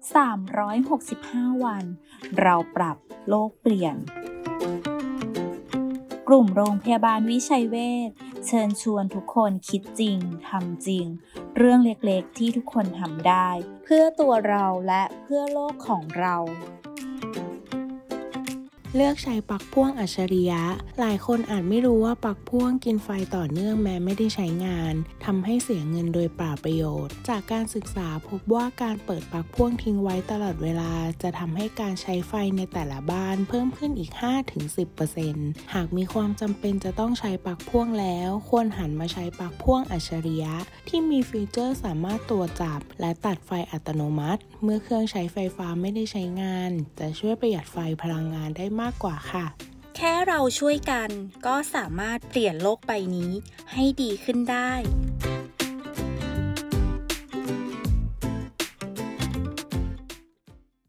365 วันเราปรับโลกเปลี่ยนกลุ่มโรงพยาบาลวิชัยเวชเชิญชวนทุกคนคิดจริงทำจริงเรื่องเล็กๆที่ทุกคนทำได้เพื่อตัวเราและเพื่อโลกของเราเลือกใช้ปลั๊กพ่วงอัจฉริยะหลายคนอาจไม่รู้ว่าปลั๊กพ่วงกินไฟต่อเนื่องแม้ไม่ได้ใช้งานทำให้เสียเงินโดยเปล่าประโยชน์จากการศึกษาพบว่าการเปิดปลั๊กพ่วงทิ้งไว้ตลอดเวลาจะทำให้การใช้ไฟในแต่ละบ้านเพิ่มขึ้นอีก 5-10% หากมีความจำเป็นจะต้องใช้ปลั๊กพ่วงแล้วควรหันมาใช้ปลั๊กพ่วงอัจฉริยะที่มีฟีเจอร์สามารถตรวจจับและตัดไฟอัตโนมัติเมื่อเครื่องใช้ไฟฟ้าไม่ได้ใช้งานจะช่วยประหยัดไฟพลังงานได้มากกว่าค่ะแค่เราช่วยกันก็สามารถเปลี่ยนโลกใบนี้ให้ดีขึ้นได้